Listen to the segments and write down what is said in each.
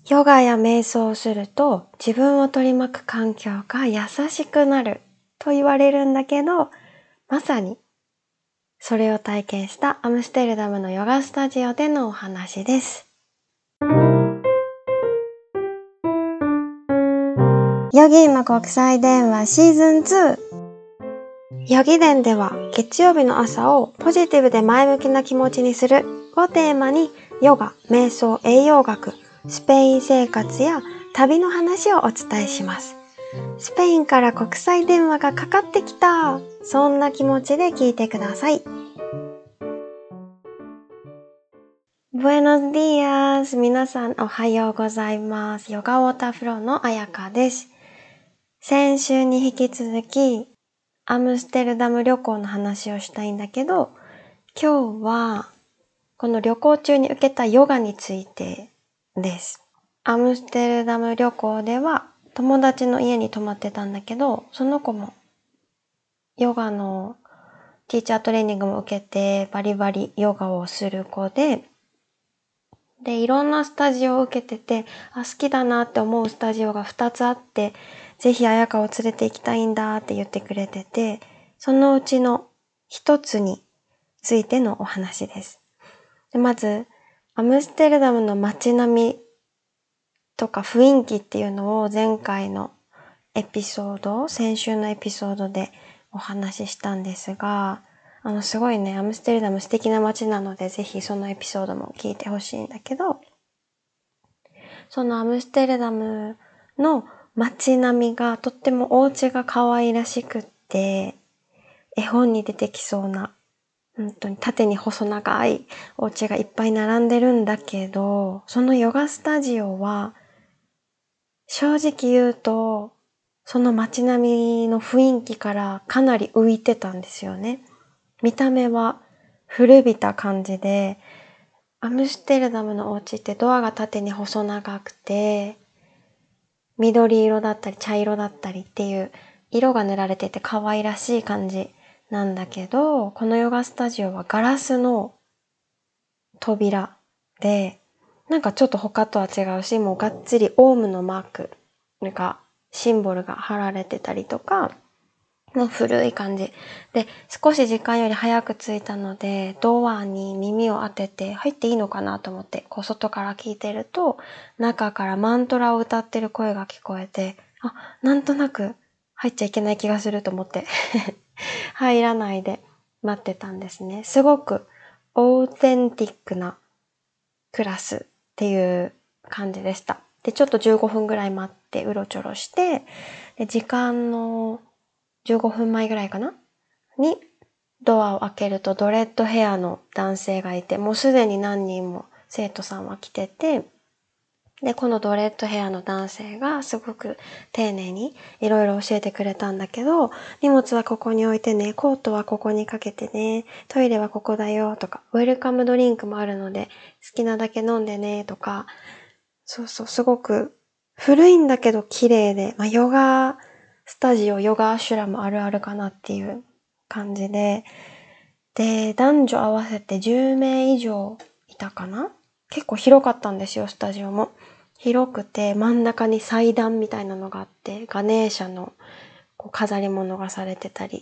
ヨガや瞑想をすると自分を取り巻く環境が優しくなると言われるんだけど、まさにそれを体験したアムステルダムのヨガスタジオでのお話です。ヨギの国際電話シーズン2。ヨギ伝では月曜日の朝をポジティブで前向きな気持ちにするをテーマに、ヨガ、瞑想、栄養学、スペイン生活や旅の話をお伝えします。スペインから国際電話がかかってきた、そんな気持ちで聞いてください。Buenos días。皆さんおはようございます。ヨガウォーターフローのあやかです。先週に引き続きアムステルダム旅行の話をしたいんだけど、今日はこの旅行中に受けたヨガについてです。アムステルダム旅行では友達の家に泊まってたんだけど、その子もヨガのティーチャートレーニングも受けてバリバリヨガをする子で、いろんなスタジオを受けてて、好きだなって思うスタジオが2つあって、ぜひ彩香を連れて行きたいんだって言ってくれてて、そのうちの一つについてのお話です。で、まず、アムステルダムの街並みとか雰囲気っていうのを前回の先週のエピソードでお話ししたんですが、すごいね、アムステルダム素敵な街なので、ぜひそのエピソードも聞いてほしいんだけど、そのアムステルダムの街並みがとってもお家が可愛らしくって、絵本に出てきそうな、本当に縦に細長いお家がいっぱい並んでるんだけど、そのヨガスタジオは、正直言うと、その街並みの雰囲気からかなり浮いてたんですよね。見た目は古びた感じで、アムステルダムのお家ってドアが縦に細長くて、緑色だったり茶色だったりっていう色が塗られてて可愛らしい感じなんだけど、このヨガスタジオはガラスの扉で、なんかちょっと他とは違うし、もうがっつりオウムのマークが、シンボルが貼られてたりとか、もう古い感じ。で、少し時間より早く着いたので、ドアに耳を当てて入っていいのかなと思って、外から聞いてると、中からマントラを歌ってる声が聞こえて、なんとなく入っちゃいけない気がすると思って、入らないで待ってたんですね。すごくオーセンティックなクラスっていう感じでした。で、ちょっと15分ぐらい待ってうろちょろして、で時間の15分前ぐらいかなにドアを開けるとドレッドヘアの男性がいて、もうすでに何人も生徒さんは来てて、で、このドレッドヘアの男性がすごく丁寧にいろいろ教えてくれたんだけど、荷物はここに置いてね、コートはここにかけてね、トイレはここだよとか、ウェルカムドリンクもあるので好きなだけ飲んでねとか、すごく古いんだけど綺麗で、ヨガスタジオ、ヨガアシュラムあるあるかなっていう感じで、男女合わせて10名以上いたかな？結構広かったんですよ、スタジオも。広くて真ん中に祭壇みたいなのがあって、ガネーシャの飾り物がされてたり、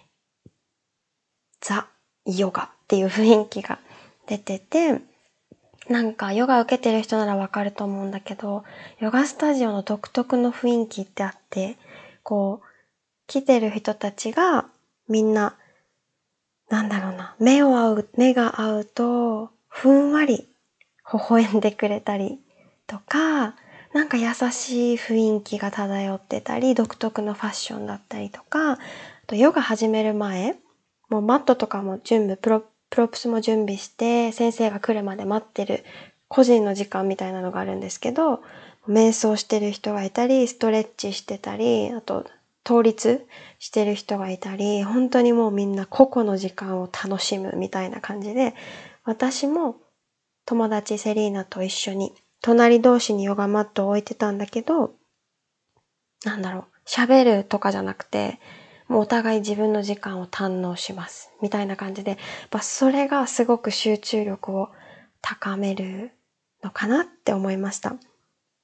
ザ・ヨガっていう雰囲気が出てて、なんかヨガ受けてる人ならわかると思うんだけど、ヨガスタジオの独特の雰囲気ってあって、来てる人たちがみんな、目が合うと、ふんわり微笑んでくれたりとか、なんか優しい雰囲気が漂ってたり、独特のファッションだったりとか、あとヨガ始める前、もうマットとかもプロップスも準備して、先生が来るまで待ってる個人の時間みたいなのがあるんですけど、瞑想してる人がいたり、ストレッチしてたり、あと倒立してる人がいたり、本当にもうみんな個々の時間を楽しむみたいな感じで、私も友達セリーナと一緒に隣同士にヨガマットを置いてたんだけど、喋るとかじゃなくて、もうお互い自分の時間を堪能しますみたいな感じで、それがすごく集中力を高めるのかなって思いました。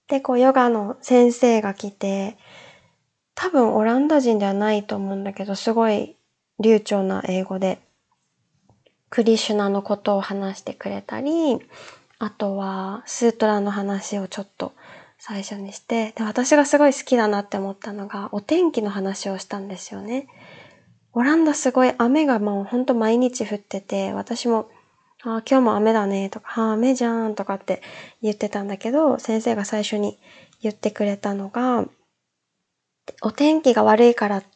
で、ヨガの先生が来て、多分オランダ人ではないと思うんだけど、すごい流暢な英語で、クリシュナのことを話してくれたり、あとはスートラの話をちょっと最初にして、で、私がすごい好きだなって思ったのが、お天気の話をしたんですよね。オランダすごい雨がもうほんと毎日降ってて、私も、今日も雨だねとか、雨じゃんとかって言ってたんだけど、先生が最初に言ってくれたのが、お天気が悪いからって、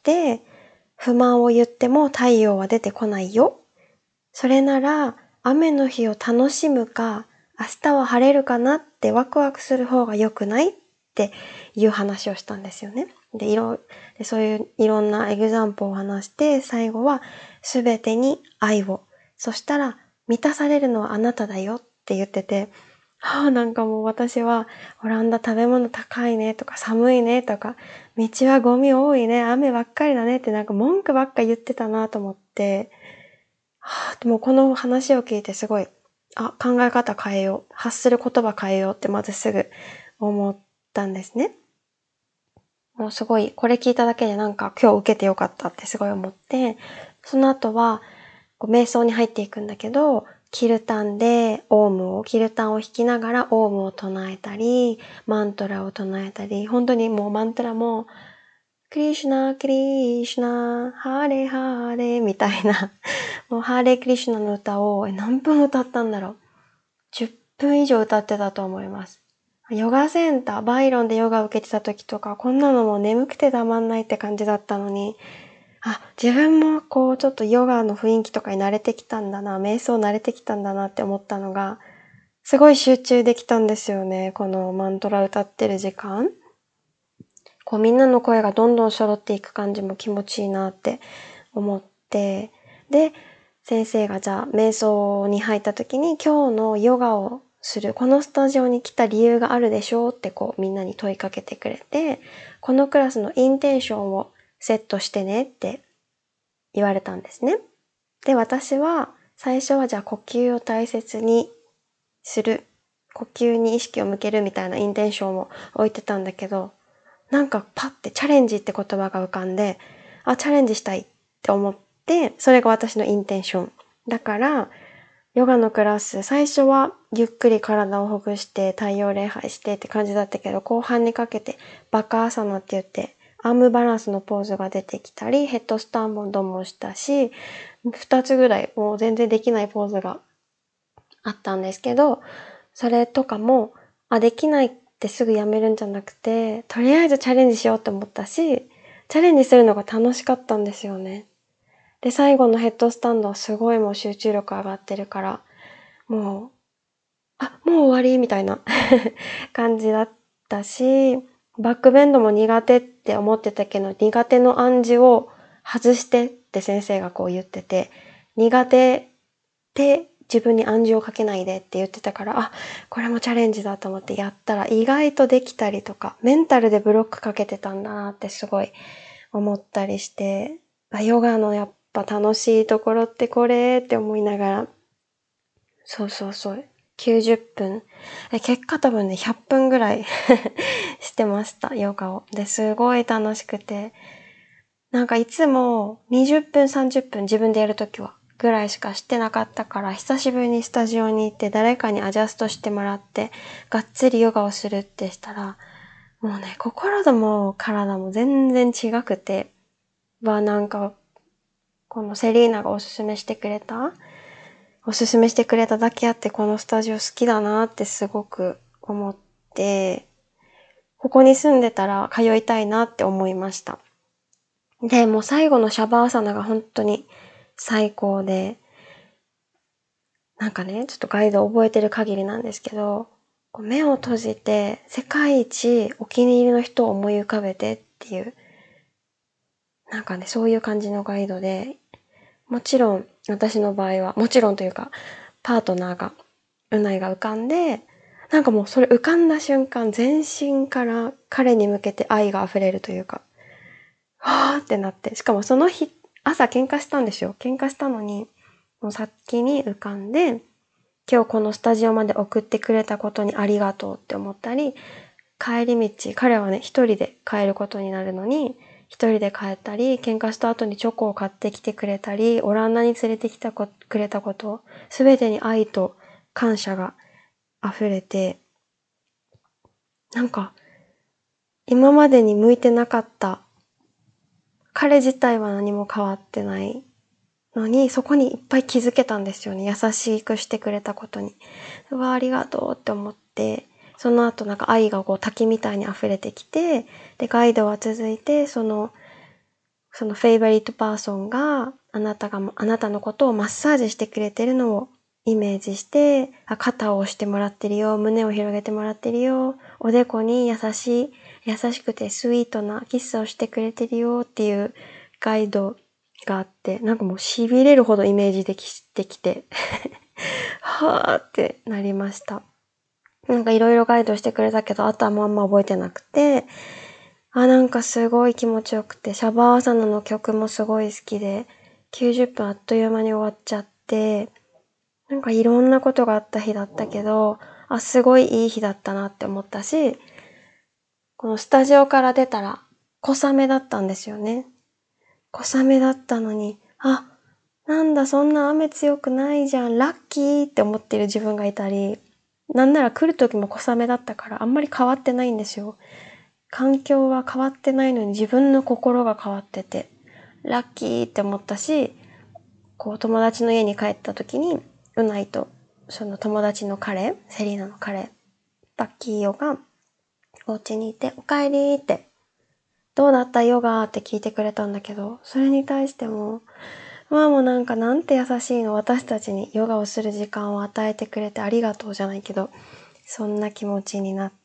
不満を言っても太陽は出てこないよ。それなら、雨の日を楽しむか、明日は晴れるかなってワクワクする方が良くないっていう話をしたんですよね。で、そういういろんなエグザンプを話して、最後はすべてに愛を。そしたら、満たされるのはあなただよって言ってて、なんかもう私は、オランダ食べ物高いねとか寒いねとか、道はゴミ多いね、雨ばっかりだねってなんか文句ばっか言ってたなと思って、でもこの話を聞いてすごい、考え方変えよう。発する言葉変えようってまずすぐ思ったんですね。もうすごい、これ聞いただけでなんか今日受けてよかったってすごい思って、その後は、瞑想に入っていくんだけど、キルタンでキルタンを弾きながらオウムを唱えたり、マントラを唱えたり、本当にもうマントラも、クリシュナ、クリシュナ、ハレハレみたいな、もうハーレークリシュナの歌を何分歌ったんだろう。10分以上歌ってたと思います。ヨガセンター、バイロンでヨガを受けてた時とか、こんなのもう眠くてたまんないって感じだったのに、自分もちょっとヨガの雰囲気とかに慣れてきたんだな、瞑想慣れてきたんだなって思ったのが、すごい集中できたんですよね。このマントラ歌ってる時間。みんなの声がどんどん揃っていく感じも気持ちいいなって思って、で、先生がじゃあ瞑想に入った時に今日のヨガをする、このスタジオに来た理由があるでしょうってみんなに問いかけてくれて、このクラスのインテンションをセットしてねって言われたんですね。で、私は最初はじゃあ呼吸を大切にする、呼吸に意識を向けるみたいなインテンションを置いてたんだけど、なんかパッてチャレンジって言葉が浮かんで、チャレンジしたいって思って、それが私のインテンション。だから、ヨガのクラス、最初はゆっくり体をほぐして太陽礼拝してって感じだったけど、後半にかけてバカアサナって言って、アームバランスのポーズが出てきたり、ヘッドスタンドもしたし、2つぐらいもう全然できないポーズがあったんですけど、それとかも、できないってすぐやめるんじゃなくて、とりあえずチャレンジしようって思ったし、チャレンジするのが楽しかったんですよね。で、最後のヘッドスタンドはすごいもう集中力上がってるから、もう終わりみたいな感じだったし、バックベンドも苦手って思ってたけど、苦手の暗示を外してって先生が言ってて、苦手って自分に暗示をかけないでって言ってたから、これもチャレンジだと思ってやったら意外とできたりとか、メンタルでブロックかけてたんだなってすごい思ったりして、ヨガのやっぱ楽しいところってこれって思いながら、そう。90分。結果多分ね、100分ぐらいしてました、ヨガを。で、すごい楽しくて。なんかいつも20分、30分自分でやるときはぐらいしかしてなかったから、久しぶりにスタジオに行って誰かにアジャストしてもらって、がっつりヨガをするってしたら、もうね、心も体も全然違くて、なんか、このセリーナがおすすめしてくれただけあってこのスタジオ好きだなってすごく思って、ここに住んでたら通いたいなって思いました。で、もう最後のシャバーサナが本当に最高で、なんかね、ちょっとガイド覚えてる限りなんですけど、目を閉じて世界一お気に入りの人を思い浮かべてっていう、なんかね、そういう感じのガイドで、もちろん私の場合は、もちろんというか、パートナーが、うないが浮かんで、なんかもうそれ浮かんだ瞬間、全身から彼に向けて愛が溢れるというか、はーってなって、しかもその日、朝喧嘩したんですよ。喧嘩したのに、もう先に浮かんで、今日このスタジオまで送ってくれたことにありがとうって思ったり、 帰り道、彼はね、一人で帰ることになるのに、一人で帰ったり、喧嘩した後にチョコを買ってきてくれたり、オランダに連れてきてくれたこと、すべてに愛と感謝が溢れて、なんか、今までに向いてなかった、彼自体は何も変わってないのに、そこにいっぱい気づけたんですよね。優しくしてくれたことに。うわ、ありがとうって思って、その後なんか愛がこう滝みたいに溢れてきて、で、ガイドは続いて、そのフェイバリットパーソンがあなたのことをマッサージしてくれてるのをイメージして、肩を押してもらってるよ、胸を広げてもらってるよ、おでこに優しくてスイートなキスをしてくれてるよっていうガイドがあって、なんかもう痺れるほどイメージできて、はーってなりました。なんかいろいろガイドしてくれたけど、あとはもうあんま覚えてなくて、なんかすごい気持ちよくて、シャバーサナの曲もすごい好きで、90分あっという間に終わっちゃって、なんかいろんなことがあった日だったけど、すごいいい日だったなって思ったし、このスタジオから出たら小雨だったんですよね。小雨だったのに、なんだそんな雨強くないじゃん、ラッキーって思ってる自分がいたり、なんなら来る時も小雨だったからあんまり変わってないんですよ。環境は変わってないのに自分の心が変わってて、ラッキーって思ったし、こう友達の家に帰った時に、うないとその友達の彼、セリーナの彼、バッキーヨがお家にいて、おかえりって、どうだったヨガって聞いてくれたんだけど、それに対しても、もうなんかなんて優しいの、私たちにヨガをする時間を与えてくれてありがとうじゃないけど、そんな気持ちになって、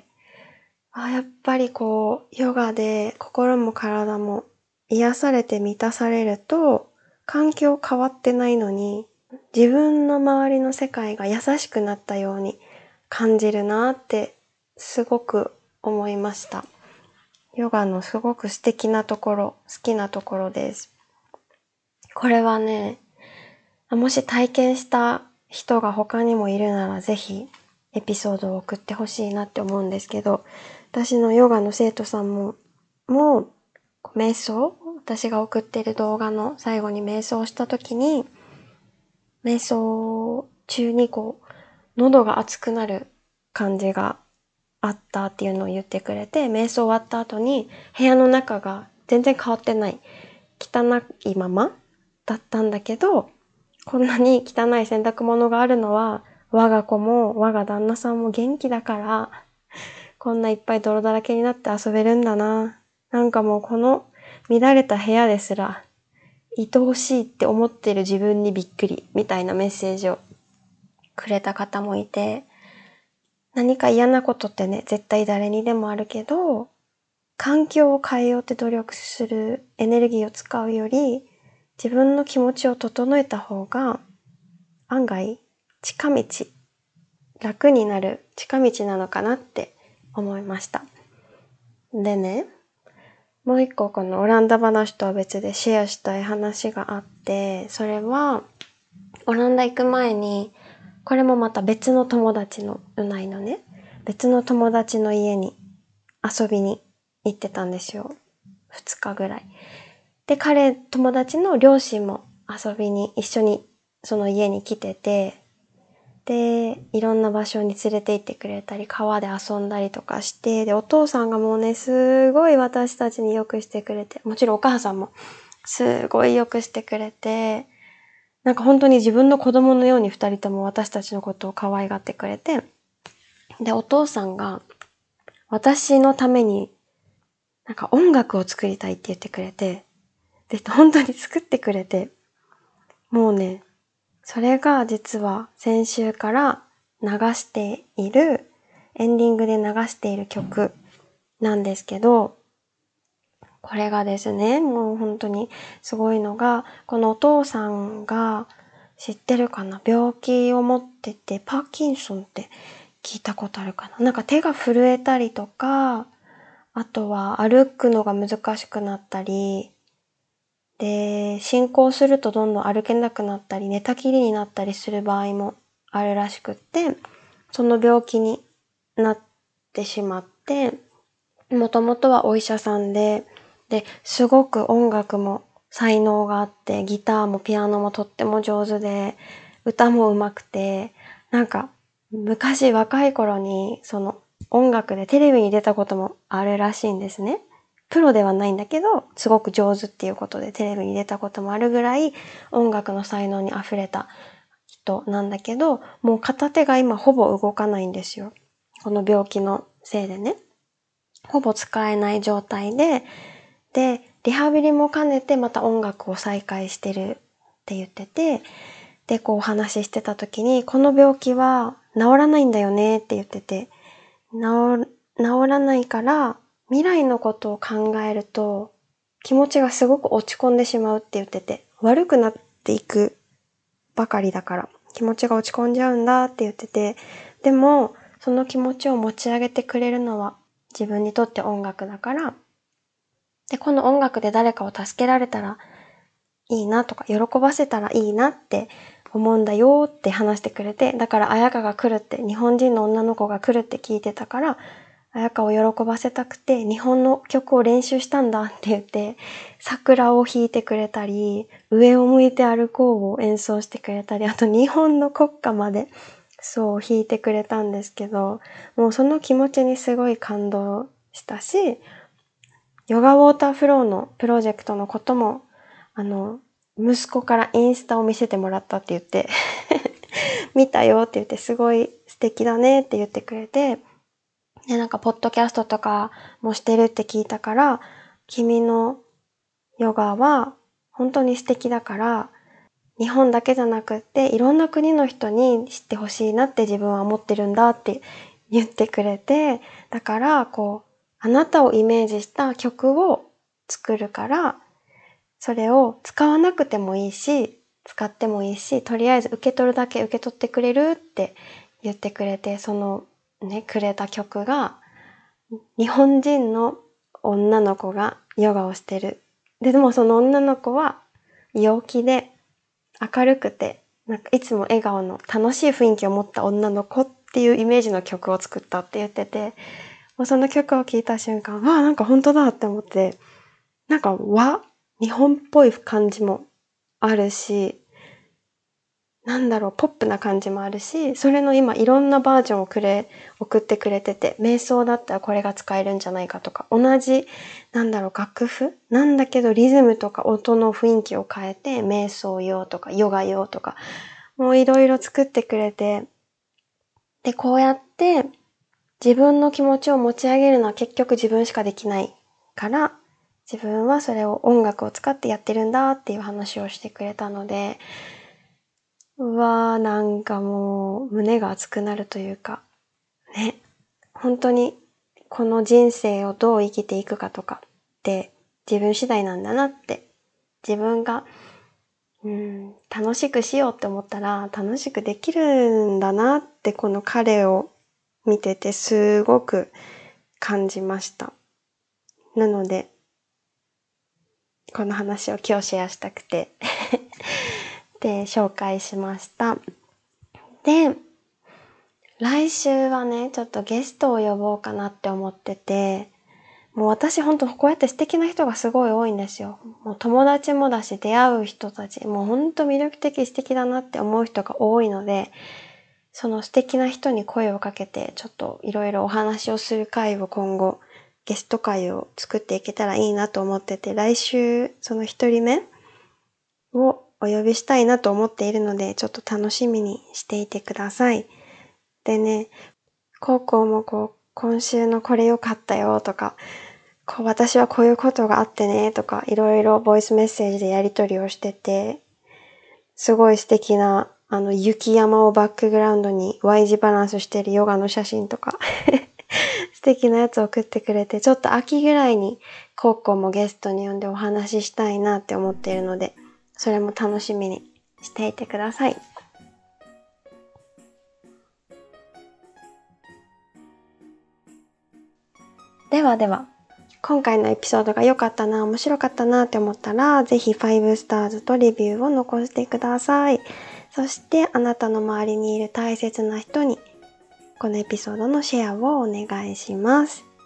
やっぱりこう、ヨガで心も体も癒されて満たされると、環境変わってないのに、自分の周りの世界が優しくなったように感じるなってすごく思いました。ヨガのすごく素敵なところ、好きなところです。これはね、もし体験した人が他にもいるならぜひエピソードを送ってほしいなって思うんですけど、私のヨガの生徒さんも瞑想、私が送ってる動画の最後に瞑想した時に、瞑想中に喉が熱くなる感じがあったっていうのを言ってくれて、瞑想終わった後に部屋の中が全然変わってない、汚いままだったんだけど、こんなに汚い洗濯物があるのは、我が子も我が旦那さんも元気だから、こんないっぱい泥だらけになって遊べるんだな。なんかもうこの乱れた部屋ですら、愛おしいって思ってる自分にびっくりみたいなメッセージをくれた方もいて、何か嫌なことってね、絶対誰にでもあるけど、環境を変えようって努力するエネルギーを使うより、自分の気持ちを整えた方が、案外近道、楽になる近道なのかなって思いました。でね、もう一個このオランダ話とは別でシェアしたい話があって、それはオランダ行く前に、これもまた別の友達の、うないのね、別の友達の家に遊びに行ってたんですよ。2日ぐらい。で、友達の両親も遊びに一緒にその家に来てて、で、いろんな場所に連れて行ってくれたり、川で遊んだりとかして、で、お父さんがもうね、すごい私たちによくしてくれて、もちろんお母さんもすごいよくしてくれて、なんか本当に自分の子供のように二人とも私たちのことを可愛がってくれて、で、お父さんが私のためになんか音楽を作りたいって言ってくれて、で、本当に作ってくれて、もうね、それが実は先週から流している、エンディングで流している曲なんですけど、これがですね、もう本当にすごいのが、このお父さんが知ってるかな、病気を持ってて、パーキンソンって聞いたことあるかな。なんか手が震えたりとか、あとは歩くのが難しくなったり、で、進行するとどんどん歩けなくなったり、寝たきりになったりする場合もあるらしくって、その病気になってしまっで、もともとはお医者さんで、すごく音楽も才能があって、ギターもピアノもとっても上手で、歌も上手くて、なんか、昔若い頃に、その音楽でテレビに出たこともあるらしいんですね。プロではないんだけど、すごく上手っていうことでテレビに出たこともあるぐらい、音楽の才能に溢れた人なんだけど、もう片手が今ほぼ動かないんですよ。この病気のせいでね。ほぼ使えない状態で、リハビリも兼ねてまた音楽を再開してるって言ってて、で、こうお話ししてた時に、この病気は治らないんだよねって言ってて、治らないから、未来のことを考えると、気持ちがすごく落ち込んでしまうって言ってて、悪くなっていくばかりだから、気持ちが落ち込んじゃうんだって言ってて、でも、その気持ちを持ち上げてくれるのは自分にとって音楽だから、で、この音楽で誰かを助けられたらいいなとか、喜ばせたらいいなって思うんだよって話してくれて、だから彩香が来るって、日本人の女の子が来るって聞いてたから、彩香を喜ばせたくて、日本の曲を練習したんだって言って、桜を弾いてくれたり、上を向いて歩こうを演奏してくれたり、あと日本の国歌まで、そう弾いてくれたんですけど、もうその気持ちにすごい感動したし、ヨガウォーターフローのプロジェクトのことも、息子からインスタを見せてもらったって言って、見たよって言って、すごい素敵だねって言ってくれて、で、なんか、ポッドキャストとかもしてるって聞いたから、君のヨガは本当に素敵だから、日本だけじゃなくって、いろんな国の人に知ってほしいなって自分は思ってるんだって言ってくれて、だから、こう、あなたをイメージした曲を作るから、それを使わなくてもいいし、使ってもいいし、とりあえず受け取るだけ受け取ってくれるって言ってくれて、そのね、くれた曲が、日本人の女の子がヨガをしてる。でもその女の子は陽気で明るくて、なんかいつも笑顔の楽しい雰囲気を持った女の子っていうイメージの曲を作ったって言ってて、もうその曲を聴いた瞬間、わあ、なんか本当だって思って、なんか日本っぽい感じもあるし、なんだろう、ポップな感じもあるし、それの今いろんなバージョンを送ってくれてて、瞑想だったらこれが使えるんじゃないかとか、同じ、楽譜なんだけどリズムとか音の雰囲気を変えて、瞑想用とかヨガ用とか、もういろいろ作ってくれて、で、こうやって自分の気持ちを持ち上げるのは結局自分しかできないから、自分はそれを音楽を使ってやってるんだっていう話をしてくれたので、なんかもう胸が熱くなるというか、ね、本当にこの人生をどう生きていくかとかって自分次第なんだなって、自分が、楽しくしようって思ったら楽しくできるんだなってこの彼を見ててすごく感じました。なので、この話を今日シェアしたくてで、紹介しました。で、来週はね、ちょっとゲストを呼ぼうかなって思ってて、もう私ほんとこうやって素敵な人がすごい多いんですよ。もう友達もだし、出会う人たち、もうほんと魅力的素敵だなって思う人が多いので、その素敵な人に声をかけて、ちょっといろいろお話をする会を今後、ゲスト会を作っていけたらいいなと思ってて、来週その一人目をお呼びしたいなと思っているので、ちょっと楽しみにしていてください。でね、コウコウも今週のこれ良かったよとか、私はこういうことがあってねとか、いろいろボイスメッセージでやり取りをしてて、すごい素敵な、雪山をバックグラウンドに Y 字バランスしてるヨガの写真とか、素敵なやつを送ってくれて、ちょっと秋ぐらいにコウコウもゲストに呼んでお話ししたいなって思っているので、それも楽しみにしていてください。ではでは、今回のエピソードが良かったな、面白かったなって思ったら、ぜひ5スターズとレビューを残してください。そしてあなたの周りにいる大切な人に、このエピソードのシェアをお願いします。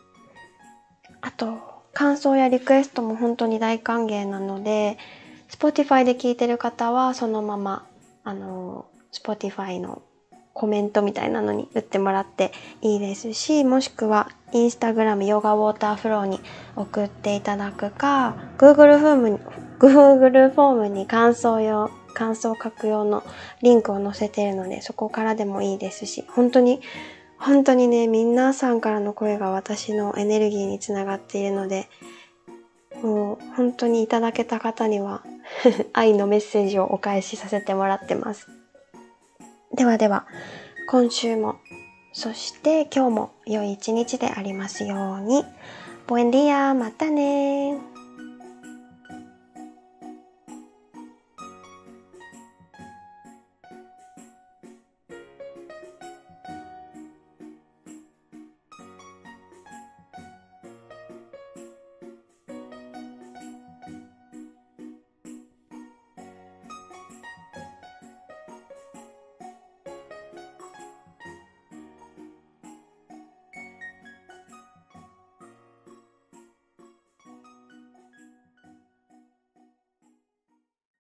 あと、感想やリクエストも本当に大歓迎なので、Spotify で聞いてる方はそのまま、Spotify のコメントみたいなのに打ってもらっていいですし、もしくは Instagram ヨガウォーターフローに送っていただくか、Google フォームに感想書く用のリンクを載せているので、そこからでもいいですし、本当にね、皆さんからの声が私のエネルギーにつながっているので、もう本当にいただけた方には愛のメッセージをお返しさせてもらってます。ではでは、今週も、そして今日も良い一日でありますように。Buen día, またね。